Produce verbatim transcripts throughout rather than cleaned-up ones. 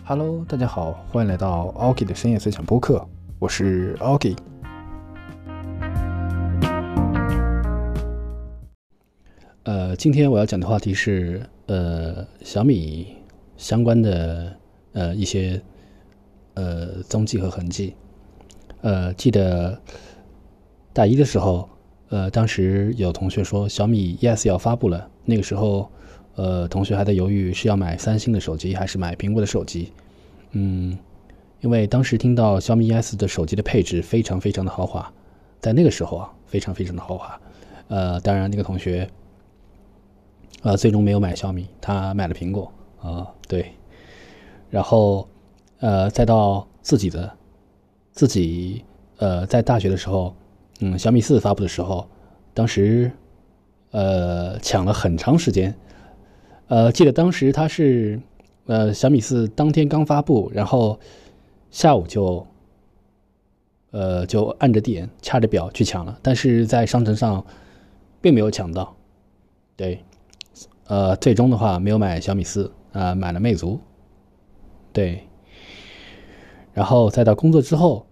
Hello，大家好，欢迎来到 Aoki 的深夜随想播客，我是 Aoki。呃，今天我要讲的话题是呃小米相关的呃一些呃踪迹和痕迹。呃，记得大一的时候，呃，当时有同学说小米 E S 要发布了，那个时候。呃，同学还在犹豫是要买三星的手机还是买苹果的手机。嗯，因为当时听到小米 E S 的手机的配置非常非常的豪华，在那个时候啊，非常非常的豪华。呃，当然那个同学，呃，最终没有买小米，他买了苹果啊、呃，对。然后，呃，再到自己的，自己呃，在大学的时候，嗯，小米四发布的时候，当时，呃，抢了很长时间。呃，记得当时他是，呃，小米四当天刚发布，然后下午就，呃，就按着点掐着表去抢了，但是在商城上并没有抢到，对，呃，最终的话没有买小米四，啊、呃，买了魅族，对，然后再到工作之后，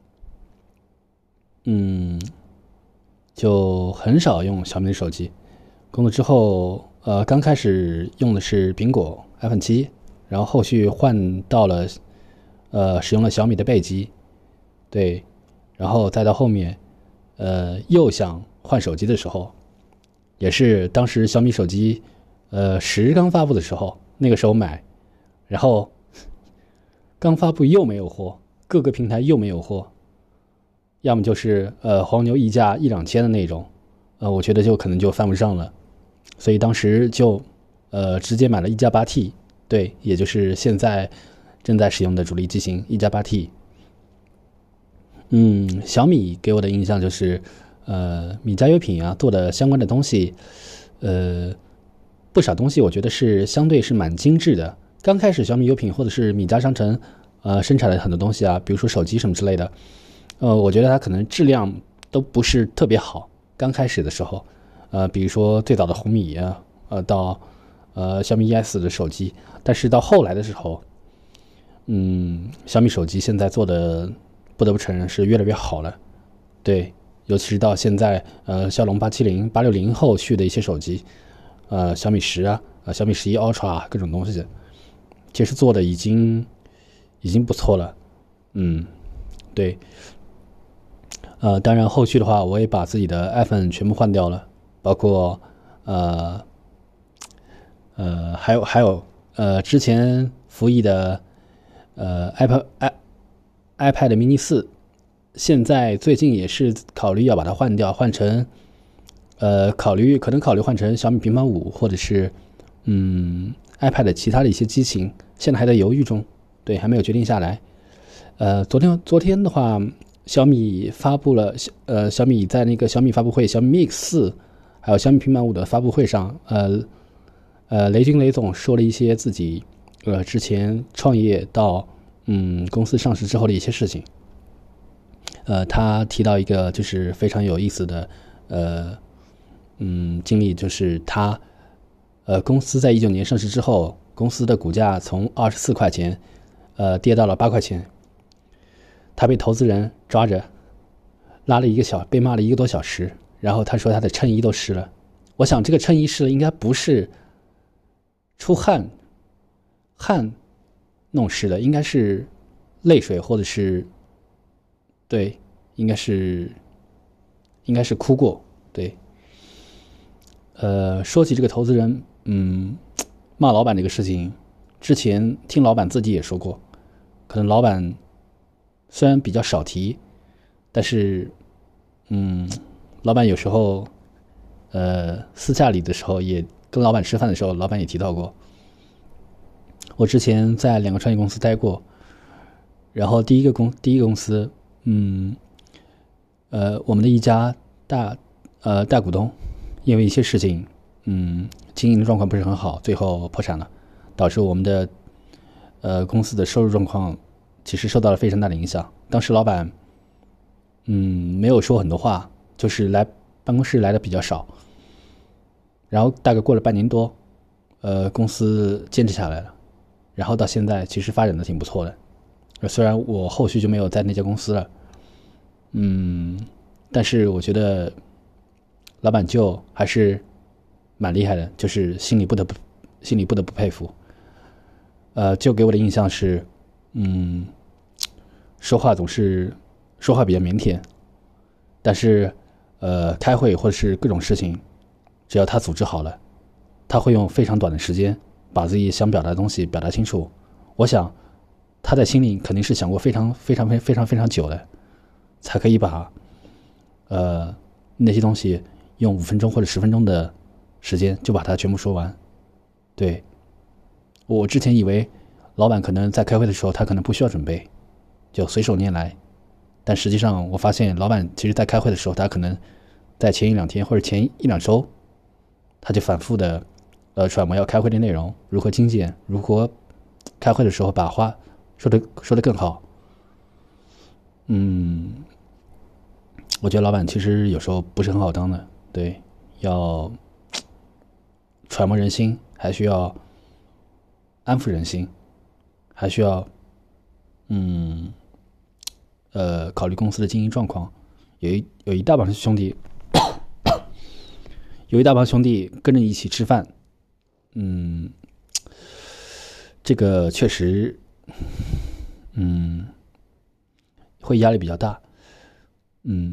嗯，就很少用小米的手机，工作之后。呃，刚开始用的是苹果 iPhone 七，然后后续换到了，呃，使用了小米的备机，对，然后再到后面，呃，又想换手机的时候，也是当时小米手机，呃，十刚发布的时候，那个时候买，然后刚发布又没有货，各个平台又没有货，要么就是呃黄牛溢价一两千的那种，呃，我觉得就可能就犯不上了。所以当时就，呃，直接买了一加八 T， 对，也就是现在正在使用的主力机型一加八 T。嗯，小米给我的印象就是，呃，米家优品啊做的相关的东西，呃，不少东西我觉得是相对是蛮精致的。刚开始小米优品或者是米家商城，呃，生产的很多东西啊，比如说手机什么之类的，呃，我觉得它可能质量都不是特别好。刚开始的时候。呃，比如说最早的红米啊，呃，到呃小米 E S 的手机，但是到后来的时候，嗯，小米手机现在做的不得不承认是越来越好了，对，尤其是到现在，呃，骁龙八七零、八六零后续的一些手机，呃，小米十啊，呃，小米十一 Ultra 啊，各种东西，其实做的已经已经不错了，嗯，对，呃，当然后续的话，我也把自己的 iPhone 全部换掉了。包括，呃，呃，还有还有，呃，之前服役的，呃，iPad i iPad mini 四，现在最近也是考虑要把它换掉，换成，呃，考虑可能考虑换成小米平板五，或者是，嗯 ，iPad 其他的一些机型，现在还在犹豫中，对，还没有决定下来。呃，昨天昨天的话，小米发布了，呃，小米在那个小米发布会，小米 Mix 四。还有小米平板五的发布会上，呃，呃，雷军雷总说了一些自己，呃，之前创业到嗯公司上市之后的一些事情。呃，他提到一个就是非常有意思的，呃，嗯，经历，就是他，呃，公司在一九年上市之后，公司的股价从二十四块钱，呃，跌到了八块钱，他被投资人抓着，拉了一个小，被骂了一个多小时。然后他说他的衬衣都湿了，我想这个衬衣湿了应该不是出汗汗弄湿的，应该是泪水或者是对，应该是应该是哭过。对，呃，说起这个投资人，嗯，骂老板这个事情，之前听老板自己也说过，可能老板虽然比较少提，但是嗯。老板有时候，呃，私下里的时候也跟老板吃饭的时候，老板也提到过。我之前在两个创业公司待过，然后第一个公第一个公司，嗯，呃，我们的一家大呃大股东，因为一些事情，嗯，经营的状况不是很好，最后破产了，导致我们的呃公司的收入状况其实受到了非常大的影响。当时老板，嗯，没有说很多话。就是来办公室来的比较少，然后大概过了半年多，呃，公司坚持下来了， 然后到现在其实发展的挺不错的。虽然我后续就没有在那家公司了，嗯，但是我觉得老板就还是蛮厉害的，就是心里不得不心里不得不佩服。呃，就给我的印象是，嗯，说话总是说话比较腼腆，但是呃，开会或者是各种事情，只要他组织好了，他会用非常短的时间把自己想表达的东西表达清楚。我想他在心里肯定是想过非常非常非常非常非常久的，才可以把呃那些东西用五分钟或者十分钟的时间就把它全部说完。对，我之前以为老板可能在开会的时候他可能不需要准备，就随手拈来，但实际上我发现老板其实在开会的时候，他可能在前一两天或者前一两周，他就反复的呃揣摩要开会的内容，如何精简，如何开会的时候把话说的说的更好。嗯，我觉得老板其实有时候不是很好当的，对，要揣摩人心，还需要安抚人心，还需要嗯呃考虑公司的经营状况。有一有一大帮兄弟，有一大帮兄弟跟着你一起吃饭，嗯，这个确实，嗯，会压力比较大，嗯。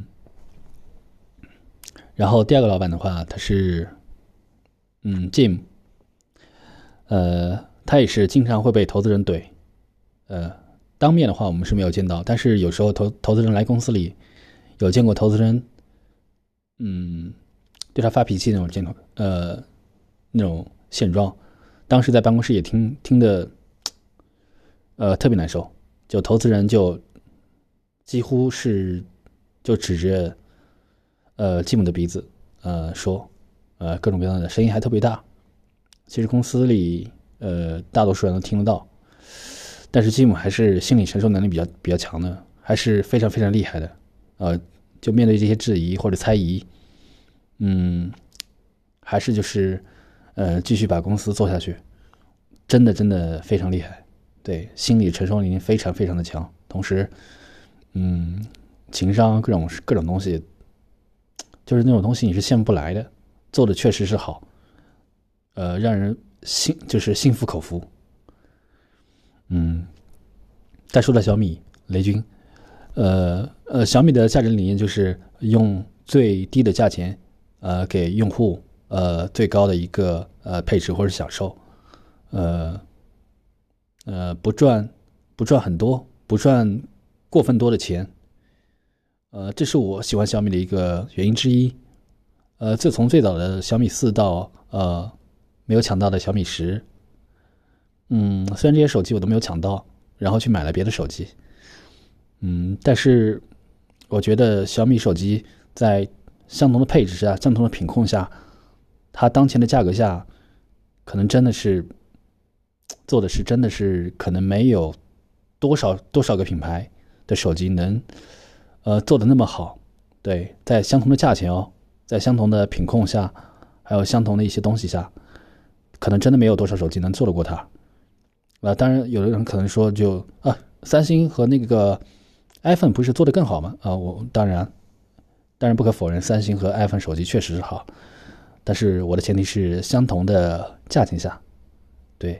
然后第二个老板的话，他是，嗯 ，Jim， 呃，他也是经常会被投资人怼，呃，当面的话我们是没有见到，但是有时候投投资人来公司里，有见过投资人，嗯，对他发脾气那种镜头，呃，那种现状，当时在办公室也听听的，呃，特别难受，就投资人就几乎是就指着。呃，吉姆的鼻子，呃，说，呃，各种各样的声音还特别大。其实公司里，呃，大多数人都听得到，但是吉姆还是心理承受能力比较比较强的，还是非常非常厉害的。呃，就面对这些质疑或者猜疑，嗯，还是就是，呃，继续把公司做下去，真的真的非常厉害。对，心理承受能力非常非常的强，同时，嗯，情商各种各种东西。就是那种东西你是羡慕不来的，做的确实是好，呃，让人心就是心服口服。嗯，再说到小米雷军，呃呃，小米的价值理念就是用最低的价钱，呃，给用户呃最高的一个呃配置或者享受，呃呃不赚不赚很多，不赚过分多的钱。呃，这是我喜欢小米的一个原因之一。呃，自从最早的小米四到呃没有抢到的小米十，嗯，虽然这些手机我都没有抢到，然后去买了别的手机，嗯，但是我觉得小米手机在相同的配置下、相同的品控下，它当前的价格下，可能真的是做的是真的是可能没有多少多少个品牌的手机能。呃，做的那么好，对，在相同的价钱哦，在相同的品控下，还有相同的一些东西下，可能真的没有多少手机能做得过它。啊、呃，当然，有的人可能说就，就啊，三星和那个 iPhone 不是做得更好吗？啊、呃，我当然，当然不可否认，三星和 iPhone 手机确实是好，但是我的前提是相同的价钱下，对。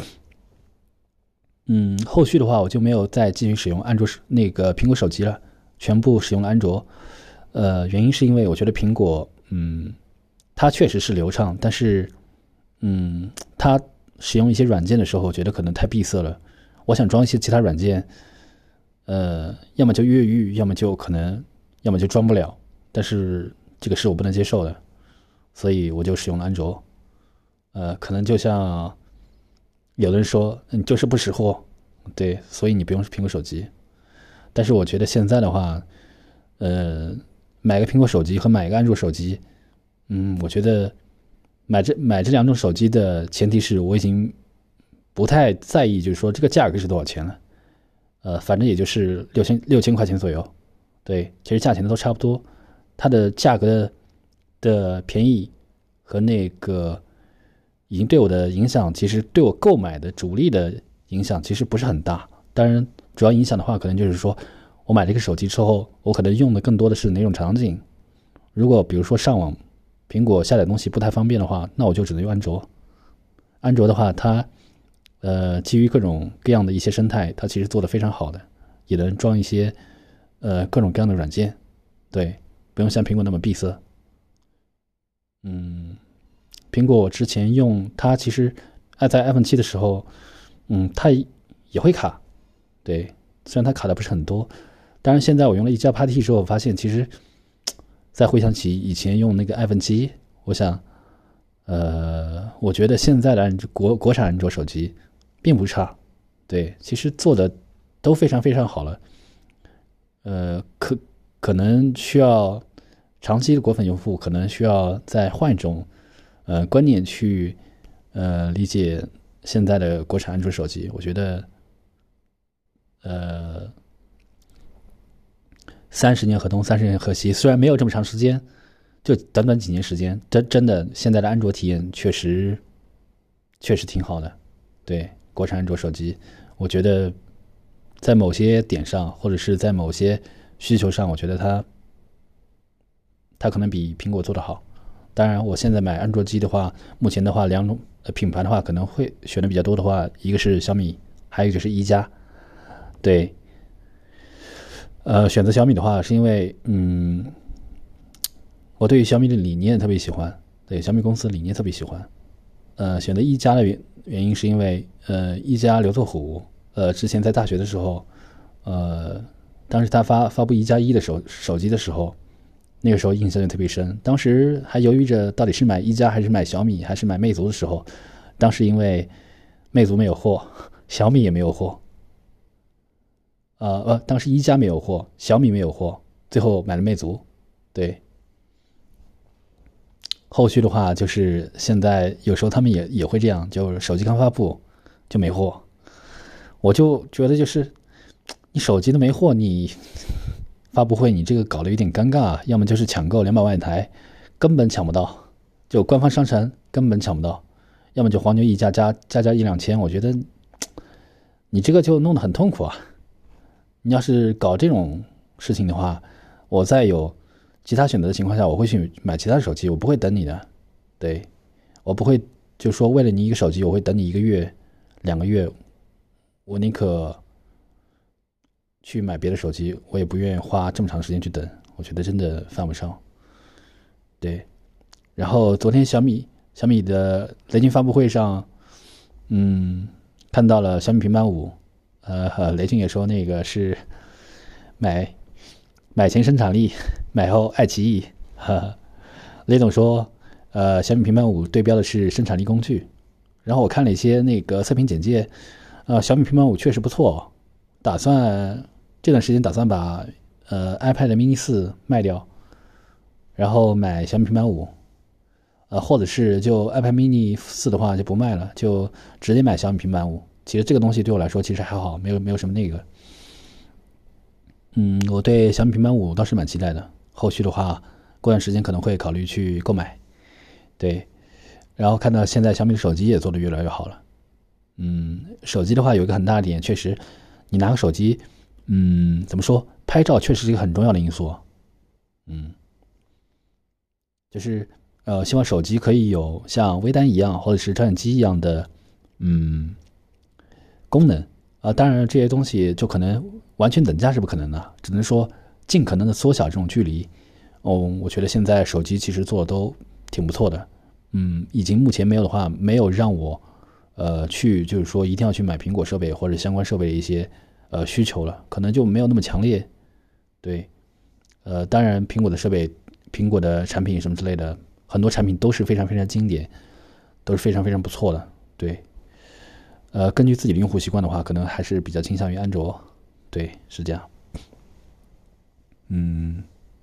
嗯，后续的话我就没有再继续使用安卓那个苹果手机了。全部使用了安卓，呃，原因是因为我觉得苹果，嗯，它确实是流畅，但是，嗯，它使用一些软件的时候，我觉得可能太闭塞了。我想装一些其他软件，呃，要么就越狱，要么就可能，要么就装不了。但是这个是我不能接受的，所以我就使用了安卓。呃，可能就像有的人说，你就是不识货，对，所以你不用苹果手机。但是我觉得现在的话，呃，买个苹果手机和买一个安卓手机，嗯，我觉得买这买这两种手机的前提是我已经不太在意，就是说这个价格是多少钱了，呃，反正也就是六千六千块钱左右，对，其实价钱都差不多，它的价格的便宜和那个已经对我的影响，其实对我购买的主力的影响其实不是很大。当然，主要影响的话，可能就是说我买这个手机之后，我可能用的更多的是哪种场景。如果比如说上网，苹果下载东西不太方便的话，那我就只能用安卓。安卓的话，它呃基于各种各样的一些生态，它其实做得非常好的，也能装一些呃各种各样的软件，对，不用像苹果那么闭塞。嗯，苹果我之前用它，其实爱在 iPhone 七的时候，嗯，它也会卡，对，虽然它卡的不是很多。当然现在我用了一加 Party 之后，我发现其实再回想起以前用那个 iPhone 七，我想呃，我觉得现在的安卓国国产安卓手机并不差，对，其实做的都非常非常好了。呃，可可能需要长期的果粉用户可能需要再换一种呃观念去呃理解现在的国产安卓手机。我觉得呃三十年河东，三十年河西，虽然没有这么长时间，就短短几年时间，真真的现在的安卓体验确实确实挺好的。对，国产安卓手机，我觉得在某些点上，或者是在某些需求上，我觉得它它可能比苹果做得好。当然，我现在买安卓机的话，目前的话两种品牌的话，可能会选的比较多的话，一个是小米，还有就是一加。对，呃，选择小米的话，是因为嗯，我对于小米的理念特别喜欢，对小米公司理念特别喜欢。呃，选择一加的原原因是因为呃，一加刘作虎，呃，之前在大学的时候，呃，当时他发发布一加一的手手机的时候，那个时候印象就特别深。当时还犹豫着到底是买一加还是买小米还是买魅族的时候，当时因为魅族没有货，小米也没有货，呃呃，当时一加没有货，小米没有货，最后买了魅族。对，后续的话就是现在有时候他们也也会这样，就是手机刚发布就没货，我就觉得就是你手机都没货，你发布会你这个搞得有点尴尬，要么就是抢购两百万台，根本抢不到，就官方商城根本抢不到，要么就黄牛一加加加加一两千，我觉得你这个就弄得很痛苦啊。你要是搞这种事情的话，我在有其他选择的情况下，我会去买其他的手机，我不会等你的。对，我不会就说为了你一个手机，我会等你一个月、两个月，我宁可去买别的手机，我也不愿意花这么长时间去等，我觉得真的犯不上。对，然后昨天小米小米的雷军发布会上，嗯，看到了小米平板五，呃，雷军也说那个是买买前生产力，买后爱奇艺。呵呵，雷总说，呃，小米平板五对标的是生产力工具。然后我看了一些那个测评简介，呃，小米平板五确实不错，打算这段时间打算把呃 iPad mini 四卖掉，然后买小米平板五，呃，或者是就 iPad mini 四的话就不卖了，就直接买小米平板五。其实这个东西对我来说其实还好，没有没有什么那个。嗯，我对小米平板五倒是蛮期待的，后续的话过段时间可能会考虑去购买。对，然后看到现在小米的手机也做得越来越好了。嗯，手机的话有一个很大的点，确实你拿个手机，嗯，怎么说，拍照确实是一个很重要的因素。嗯，就是呃，希望手机可以有像微单一样，或者是照相机一样的，嗯，功能啊。当然，这些东西就可能完全等价是不可能的，只能说尽可能的缩小这种距离。哦，我觉得现在手机其实做的都挺不错的。嗯，已经目前没有的话，没有让我呃去就是说一定要去买苹果设备或者相关设备的一些呃需求了，可能就没有那么强烈。对，呃，当然苹果的设备、苹果的产品什么之类的，很多产品都是非常非常经典，都是非常非常不错的。对，呃，根据自己的用户习惯的话，可能还是比较倾向于安卓。对，是这样。嗯，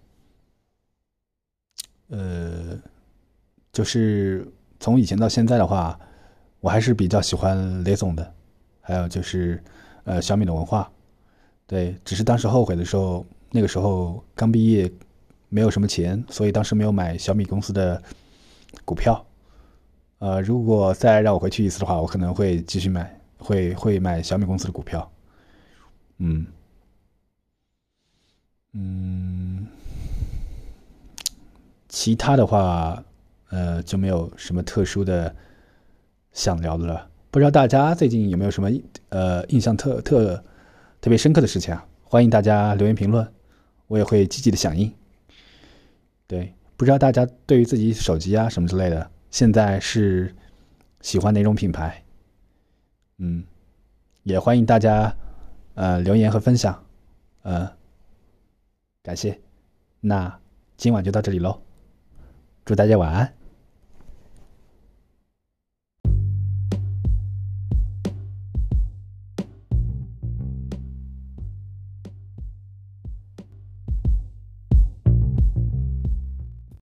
呃，就是从以前到现在的话，我还是比较喜欢雷总的，还有就是呃小米的文化。对，只是当时后悔的时候，那个时候刚毕业，没有什么钱，所以当时没有买小米公司的股票。呃，如果再让我回去一次的话，我可能会继续买， 会会买小米公司的股票。嗯嗯，其他的话，呃，就没有什么特殊的想聊的了。不知道大家最近有没有什么呃印象特特特别深刻的事情啊？欢迎大家留言评论，我也会积极的响应。对，不知道大家对于自己手机啊什么之类的，现在是喜欢哪种品牌？嗯，也欢迎大家呃留言和分享，呃，感谢。那今晚就到这里喽，祝大家晚安。